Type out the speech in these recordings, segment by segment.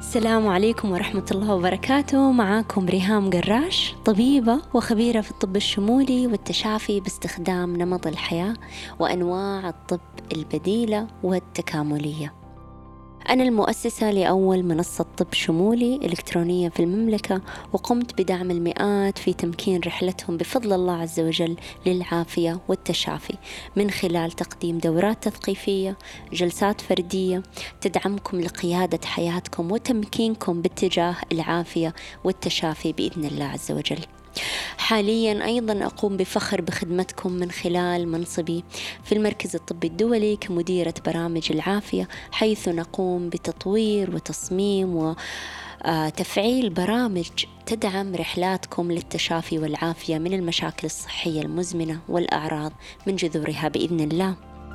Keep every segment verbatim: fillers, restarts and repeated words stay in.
السلام عليكم ورحمة الله وبركاته. معاكم ريهام قراش، طبيبة وخبيرة في الطب الشمولي والتشافي باستخدام نمط الحياة وأنواع الطب البديلة والتكاملية. أنا المؤسسة لأول منصة طب شمولي إلكترونية في المملكة، وقمت بدعم المئات في تمكين رحلتهم بفضل الله عز وجل للعافية والتشافي من خلال تقديم دورات تثقيفية، جلسات فردية تدعمكم لقيادة حياتكم وتمكينكم باتجاه العافية والتشافي بإذن الله عز وجل. حاليا أيضا أقوم بفخر بخدمتكم من خلال منصبي في المركز الطبي الدولي كمديرة برامج العافية، حيث نقوم بتطوير وتصميم وتفعيل برامج تدعم رحلاتكم للتشافي والعافية من المشاكل الصحية المزمنة والأعراض من جذورها بإذن الله.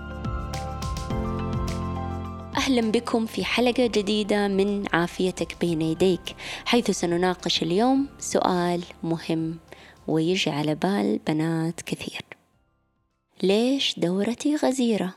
أهلا بكم في حلقة جديدة من عافيتك بين يديك، حيث سنناقش اليوم سؤال مهم ويجي على بال بنات كثير: ليش دورتي غزيرة؟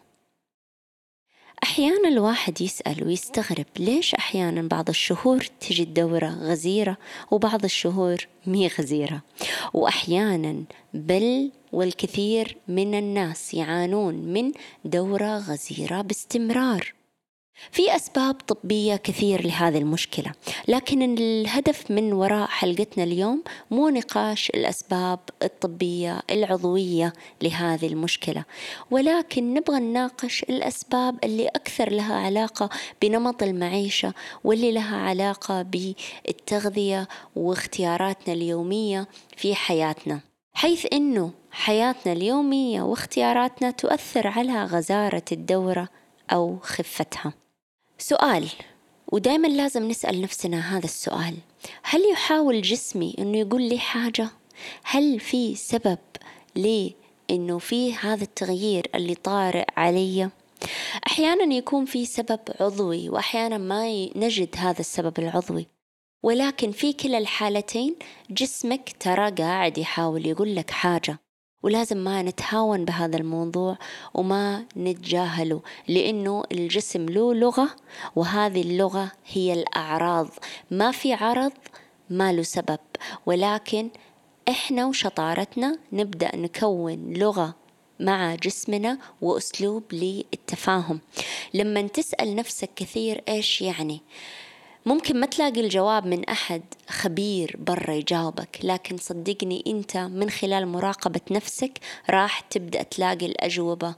أحيانا الواحد يسأل ويستغرب ليش أحيانا بعض الشهور تجي الدورة غزيرة وبعض الشهور مي غزيرة، وأحيانا بل والكثير من الناس يعانون من دورة غزيرة باستمرار. في أسباب طبية كثير لهذه المشكلة، لكن الهدف من وراء حلقتنا اليوم مو نقاش الأسباب الطبية العضوية لهذه المشكلة، ولكن نبغى نناقش الأسباب اللي أكثر لها علاقة بنمط المعيشة، واللي لها علاقة بالتغذية واختياراتنا اليومية في حياتنا، حيث إنه حياتنا اليومية واختياراتنا تؤثر على غزارة الدورة أو خفتها. سؤال، ودائما لازم نسأل نفسنا هذا السؤال: هل يحاول جسمي أنه يقول لي حاجة؟ هل في سبب لي أنه في هذا التغيير اللي طارئ علي؟ أحيانا يكون في سبب عضوي، وأحيانا ما نجد هذا السبب العضوي، ولكن في كلا الحالتين جسمك ترى قاعد يحاول يقول لك حاجة، ولازم ما نتهاون بهذا الموضوع وما نتجاهله، لأنه الجسم له لغة، وهذه اللغة هي الأعراض. ما في عرض ما له سبب، ولكن إحنا وشطارتنا نبدأ نكون لغة مع جسمنا وأسلوب للتفاهم. لما تسأل نفسك كثير إيش يعني، ممكن ما تلاقي الجواب من أحد خبير برا يجاوبك، لكن صدقني أنت من خلال مراقبة نفسك راح تبدأ تلاقي الأجوبة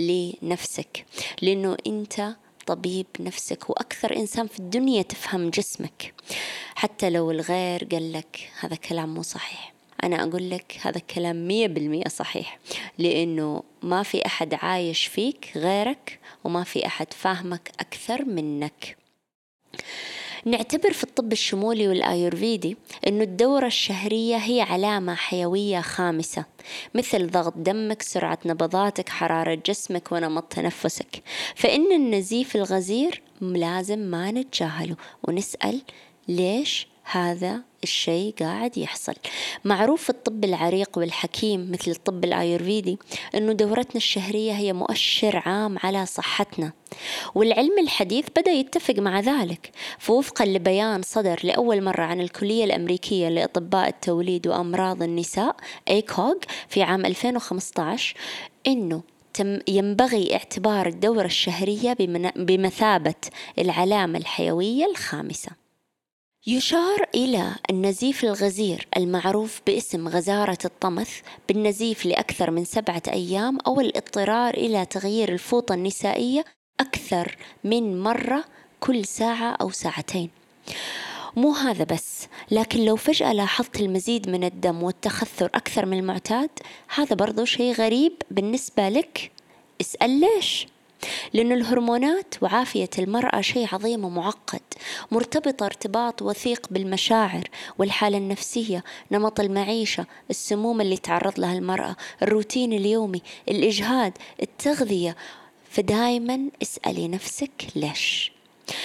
لنفسك، لأنه أنت طبيب نفسك وأكثر إنسان في الدنيا تفهم جسمك. حتى لو الغير قال لك هذا كلام مو صحيح، أنا أقول لك هذا الكلام مية بالمية صحيح، لأنه ما في أحد عايش فيك غيرك، وما في أحد فاهمك أكثر منك. نعتبر في الطب الشمولي والآيورفيدي أن الدورة الشهرية هي علامة حيوية خامسة، مثل ضغط دمك، سرعة نبضاتك، حرارة جسمك، ونمط تنفسك. فإن النزيف الغزير لازم ما نتجاهله ونسأل ليش هذا الشيء قاعد يحصل. معروف في الطب العريق والحكيم مثل الطب الآيورفيدي أنه دورتنا الشهرية هي مؤشر عام على صحتنا، والعلم الحديث بدأ يتفق مع ذلك. فوفقا لبيان صدر لأول مرة عن الكلية الأمريكية لأطباء التوليد وأمراض النساء إيكوغ في عام ألفين وخمسة عشر، أنه ينبغي اعتبار الدورة الشهرية بمثابة العلامة الحيوية الخامسة. يشار إلى النزيف الغزير المعروف باسم غزارة الطمث بالنزيف لأكثر من سبعة أيام، أو الاضطرار إلى تغيير الفوطة النسائية أكثر من مرة كل ساعة أو ساعتين. مو هذا بس، لكن لو فجأة لاحظت المزيد من الدم والتخثر أكثر من المعتاد، هذا برضو شيء غريب بالنسبة لك. اسأل ليش؟ لأن الهرمونات وعافية المرأة شيء عظيم ومعقد، مرتبطة ارتباط وثيق بالمشاعر والحالة النفسية، نمط المعيشة، السموم اللي تعرض لها المرأة، الروتين اليومي، الإجهاد، التغذية. فدايما اسألي نفسك ليش.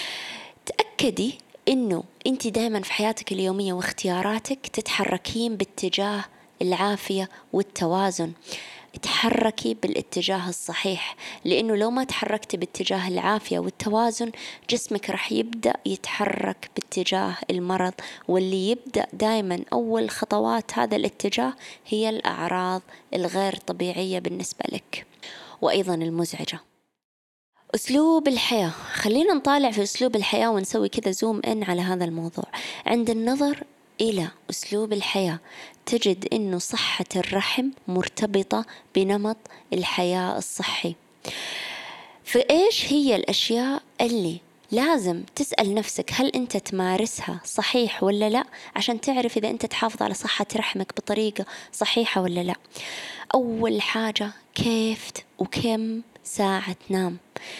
تأكدي إنه أنت دايما في حياتك اليومية واختياراتك تتحركين باتجاه العافية والتوازن. تحركي بالاتجاه الصحيح، لأنه لو ما تحركتي باتجاه العافية والتوازن جسمك رح يبدأ يتحرك باتجاه المرض، واللي يبدأ دائما أول خطوات هذا الاتجاه هي الأعراض الغير طبيعية بالنسبة لك وأيضا المزعجة. أسلوب الحياة، خلينا نطالع في أسلوب الحياة ونسوي كذا زوم إن على هذا الموضوع. عند النظر إلى أسلوب الحياة تجد أنه صحة الرحم مرتبطة بنمط الحياة الصحي. فإيش هي الأشياء اللي لازم تسأل نفسك هل أنت تمارسها صحيح ولا لا، عشان تعرف إذا أنت تحافظ على صحة رحمك بطريقة صحيحة ولا لا. أول حاجة، كيف وكم ساعة تنام.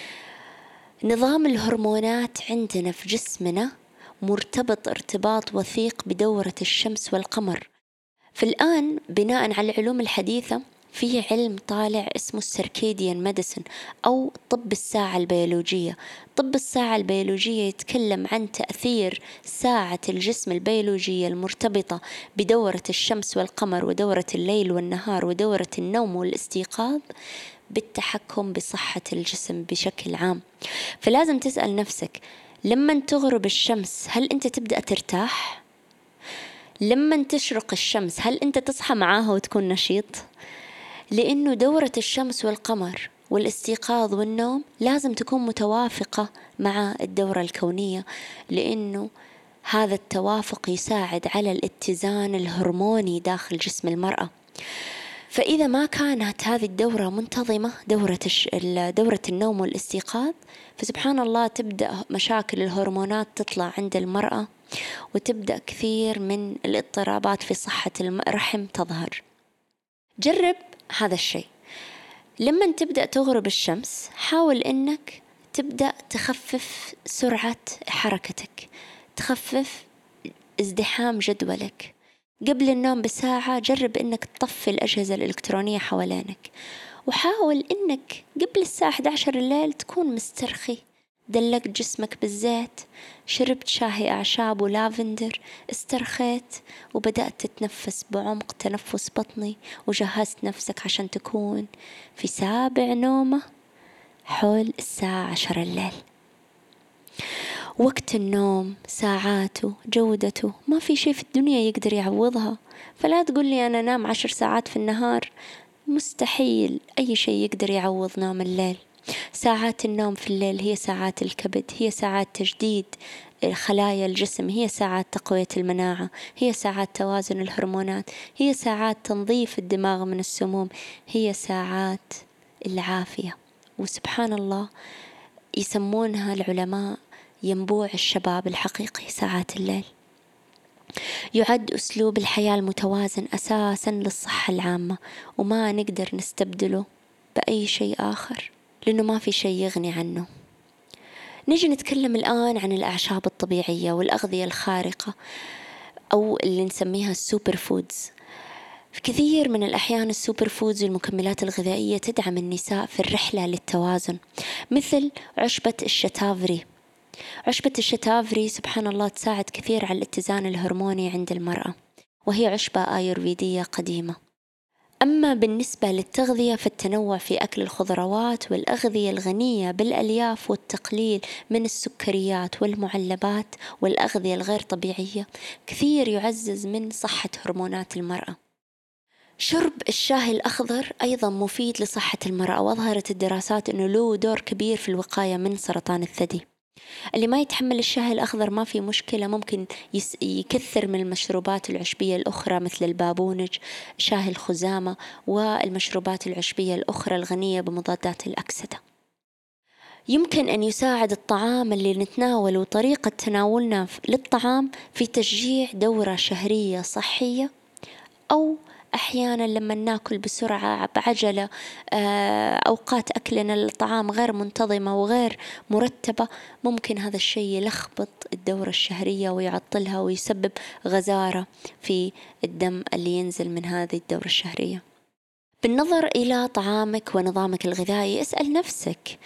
نظام الهرمونات عندنا في جسمنا مرتبط ارتباط وثيق بدورة الشمس والقمر. فالآن بناء على العلوم الحديثة في علم طالع اسمه السيركيديان ميديسن أو طب الساعة البيولوجية. طب الساعة البيولوجية يتكلم عن تأثير ساعة الجسم البيولوجية المرتبطة بدورة الشمس والقمر ودورة الليل والنهار ودورة النوم والاستيقاظ بالتحكم بصحة الجسم بشكل عام. فلازم تسأل نفسك لما تغرب الشمس هل أنت تبدأ ترتاح؟ لما تشرق الشمس هل أنت تصحى معاها وتكون نشيط؟ لأنه دورة الشمس والقمر والاستيقاظ والنوم لازم تكون متوافقة مع الدورة الكونية، لأنه هذا التوافق يساعد على الاتزان الهرموني داخل جسم المرأة. فإذا ما كانت هذه الدورة منتظمة، دورة دورة النوم والاستيقاظ، فسبحان الله تبدأ مشاكل الهرمونات تطلع عند المرأة، وتبدأ كثير من الاضطرابات في صحة الرحم تظهر. جرب هذا الشيء. لما تبدأ تغرب الشمس حاول إنك تبدأ تخفف سرعة حركتك، تخفف ازدحام جدولك. قبل النوم بساعة جرب إنك تطفي الأجهزة الإلكترونية حوالينك، وحاول إنك قبل الساعة إحدى عشر الليل تكون مسترخي، دلقت جسمك بالزيت، شربت شاهي أعشاب ولافندر، استرخيت وبدأت تتنفس بعمق تنفس بطني، وجهزت نفسك عشان تكون في سابع نومة حول الساعة عشر الليل. وقت النوم، ساعاته، جودته، ما في شيء في الدنيا يقدر يعوضها. فلا تقول لي أنا نام عشر ساعات في النهار، مستحيل أي شيء يقدر يعوض نوم الليل. ساعات النوم في الليل هي ساعات الكبد، هي ساعات تجديد خلايا الجسم، هي ساعات تقوية المناعة، هي ساعات توازن الهرمونات، هي ساعات تنظيف الدماغ من السموم، هي ساعات العافية. وسبحان الله يسمونها العلماء ينبوع الشباب الحقيقي ساعات الليل. يعد أسلوب الحياة المتوازن أساساً للصحة العامة، وما نقدر نستبدله بأي شيء آخر، لأنه ما في شيء يغني عنه. نجي نتكلم الآن عن الأعشاب الطبيعية والأغذية الخارقة أو اللي نسميها السوبر فودز. في كثير من الأحيان السوبر فودز والمكملات الغذائية تدعم النساء في الرحلة للتوازن، مثل عشبة الشتافري. عشبة الشتافري سبحان الله تساعد كثير على الاتزان الهرموني عند المرأة، وهي عشبة آيورفيدية قديمة. أما بالنسبة للتغذية فالتنوع في أكل الخضروات والأغذية الغنية بالألياف والتقليل من السكريات والمعلبات والأغذية الغير طبيعية كثير يعزز من صحة هرمونات المرأة. شرب الشاي الأخضر أيضا مفيد لصحة المرأة، وأظهرت الدراسات أنه له دور كبير في الوقاية من سرطان الثدي. اللي ما يتحمل الشاي الأخضر ما في مشكلة، ممكن يس يكثر من المشروبات العشبية الأخرى مثل البابونج، شاي الخزامة، والمشروبات العشبية الأخرى الغنية بمضادات الأكسدة. يمكن أن يساعد الطعام اللي نتناوله وطريقة تناولنا للطعام في تشجيع دورة شهرية صحية، أو أحيانا لما ناكل بسرعة بعجلة، أوقات أكلنا الطعام غير منتظمة وغير مرتبة، ممكن هذا الشيء يلخبط الدورة الشهرية ويعطلها ويسبب غزارة في الدم اللي ينزل من هذه الدورة الشهرية. بالنظر إلى طعامك ونظامك الغذائي اسأل نفسك،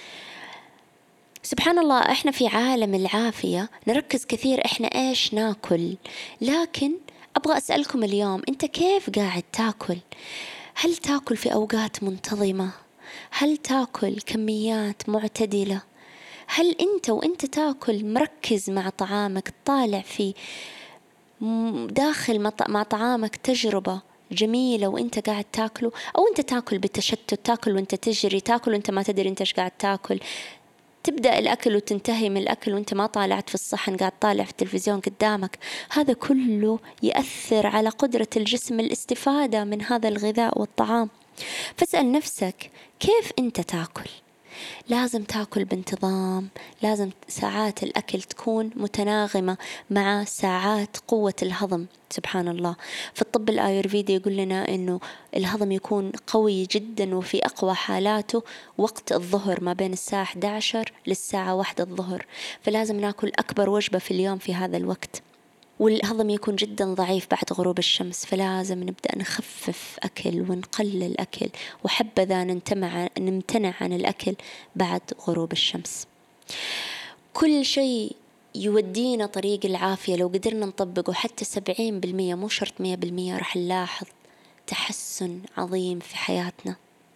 سبحان الله إحنا في عالم العافية نركز كثير إحنا إيش ناكل، لكن أبغى أسألكم اليوم أنت كيف قاعد تاكل؟ هل تأكل في أوقات منتظمة؟ هل تأكل كميات معتدلة؟ هل أنت وأنت تأكل مركز مع طعامك، طالع في داخل مع طعامك تجربة جميلة وأنت قاعد تأكله، أو أنت تأكل بالتشتت، تأكل وأنت تجري، تأكل وأنت ما تدري أنت إيش قاعد تأكل، تبدأ الأكل وتنتهي من الأكل وأنت ما طالعت في الصحن، قاعد طالع في التلفزيون قدامك. هذا كله يأثر على قدرة الجسم الاستفادة من هذا الغذاء والطعام. فاسأل نفسك كيف أنت تأكل. لازم تأكل بانتظام، لازم ساعات الأكل تكون متناغمة مع ساعات قوة الهضم. سبحان الله، في الطب الآيورفيدي يقول لنا إنه الهضم يكون قوي جدا وفي أقوى حالاته وقت الظهر، ما بين الساعة إحدى عشر للساعة واحدة الظهر. فلازم نأكل أكبر وجبة في اليوم في هذا الوقت. والهضم يكون جدا ضعيف بعد غروب الشمس، فلازم نبدأ نخفف أكل ونقلل أكل، وحبذا نمتنع نمتنع عن الأكل بعد غروب الشمس. كل شيء يودينا طريق العافية لو قدرنا نطبقه حتى سبعين بالمية، مو شرط مية بالمية، راح نلاحظ تحسن عظيم في حياتنا.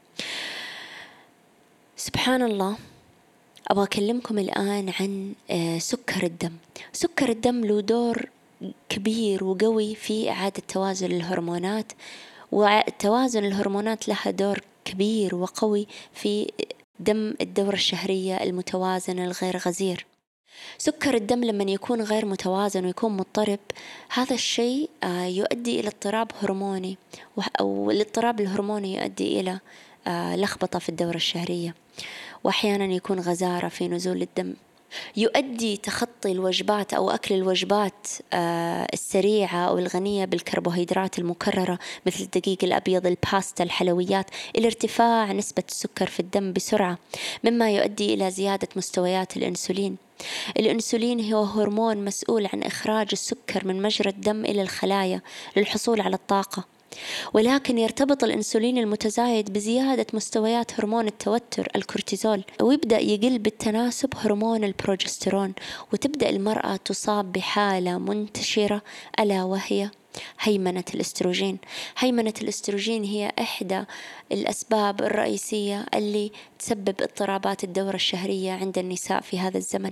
سبحان الله. أبغى أكلمكم الآن عن سكر الدم. سكر الدم له دور كبير وقوي في إعادة توازن الهرمونات، وتوازن الهرمونات لها دور كبير وقوي في دم الدورة الشهرية المتوازن الغير غزير. سكر الدم لما يكون غير متوازن ويكون مضطرب، هذا الشيء يؤدي إلى اضطراب هرموني، أو الاضطراب الهرموني يؤدي إلى لخبطة في الدورة الشهرية، وأحيانا يكون غزارة في نزول الدم. يؤدي تخطي الوجبات أو أكل الوجبات السريعة أو الغنية بالكربوهيدرات المكررة مثل الدقيق الأبيض، الباستا، الحلويات، إلى ارتفاع نسبة السكر في الدم بسرعة، مما يؤدي إلى زيادة مستويات الأنسولين. الأنسولين هو هرمون مسؤول عن إخراج السكر من مجرى الدم إلى الخلايا للحصول على الطاقة، ولكن يرتبط الأنسولين المتزايد بزيادة مستويات هرمون التوتر الكورتيزول، ويبدأ يقل بالتناسب هرمون البروجسترون، وتبدأ المرأة تصاب بحالة منتشرة ألا وهي هيمنة الاستروجين. هيمنة الاستروجين هي إحدى الأسباب الرئيسية اللي تسبب اضطرابات الدورة الشهرية عند النساء في هذا الزمن.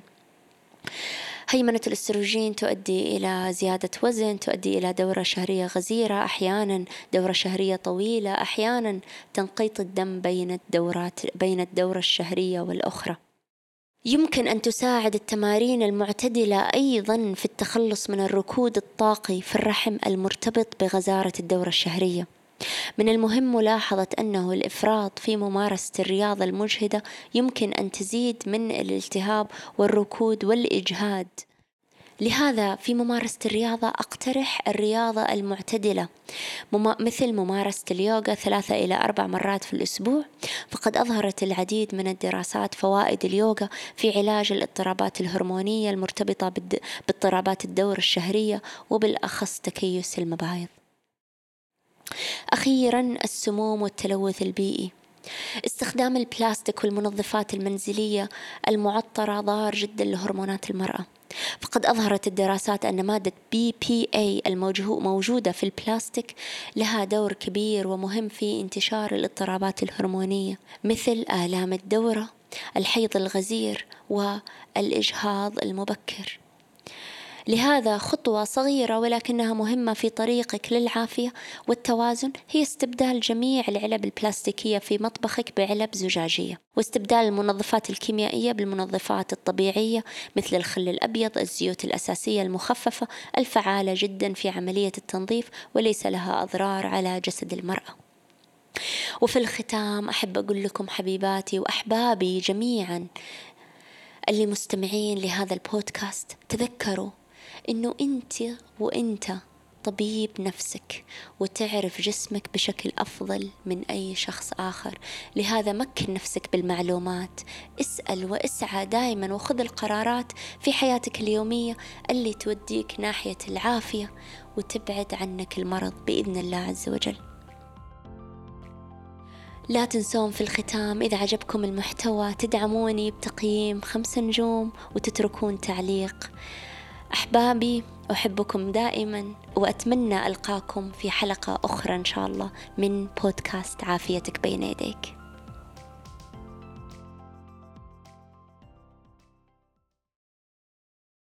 هيمنة الاستروجين تؤدي إلى زيادة وزن، تؤدي إلى دورة شهرية غزيرة، أحيانا دورة شهرية طويلة، أحيانا تنقيط الدم بين الدورات بين الدورة الشهرية والأخرى. يمكن أن تساعد التمارين المعتدلة أيضا في التخلص من الركود الطاقي في الرحم المرتبط بغزارة الدورة الشهرية. من المهم ملاحظة أنه الإفراط في ممارسة الرياضة المجهدة يمكن أن تزيد من الالتهاب والركود والإجهاد. لهذا في ممارسة الرياضة أقترح الرياضة المعتدلة، مثل ممارسة اليوغا ثلاثة إلى أربع مرات في الأسبوع. فقد أظهرت العديد من الدراسات فوائد اليوغا في علاج الاضطرابات الهرمونية المرتبطة باضطرابات الدورة الشهرية، وبالأخص تكيس المبايض. أخيرا، السموم والتلوث البيئي. استخدام البلاستيك والمنظفات المنزلية المعطرة ضار جدا لهرمونات المرأة. فقد أظهرت الدراسات أن مادة بي بي إيه الموجودة في البلاستيك لها دور كبير ومهم في انتشار الاضطرابات الهرمونية مثل آلام الدورة، الحيض الغزير، والإجهاض المبكر. لهذا خطوة صغيرة ولكنها مهمة في طريقك للعافية والتوازن هي استبدال جميع العلب البلاستيكية في مطبخك بعلب زجاجية، واستبدال المنظفات الكيميائية بالمنظفات الطبيعية مثل الخل الأبيض، الزيوت الأساسية المخففة الفعالة جدا في عملية التنظيف وليس لها أضرار على جسد المرأة. وفي الختام أحب أقول لكم حبيباتي وأحبابي جميعا اللي مستمعين لهذا البودكاست، تذكروا إنه أنت وأنت طبيب نفسك وتعرف جسمك بشكل أفضل من أي شخص آخر. لهذا مكن نفسك بالمعلومات، اسأل واسعى دائما، وخذ القرارات في حياتك اليومية اللي توديك ناحية العافية وتبعد عنك المرض بإذن الله عز وجل. لا تنسون في الختام إذا عجبكم المحتوى تدعموني بتقييم خمس نجوم وتتركون تعليق. أحبابي، أحبكم دائما، وأتمنى ألقاكم في حلقة أخرى إن شاء الله من بودكاست عافيتك بين يديك.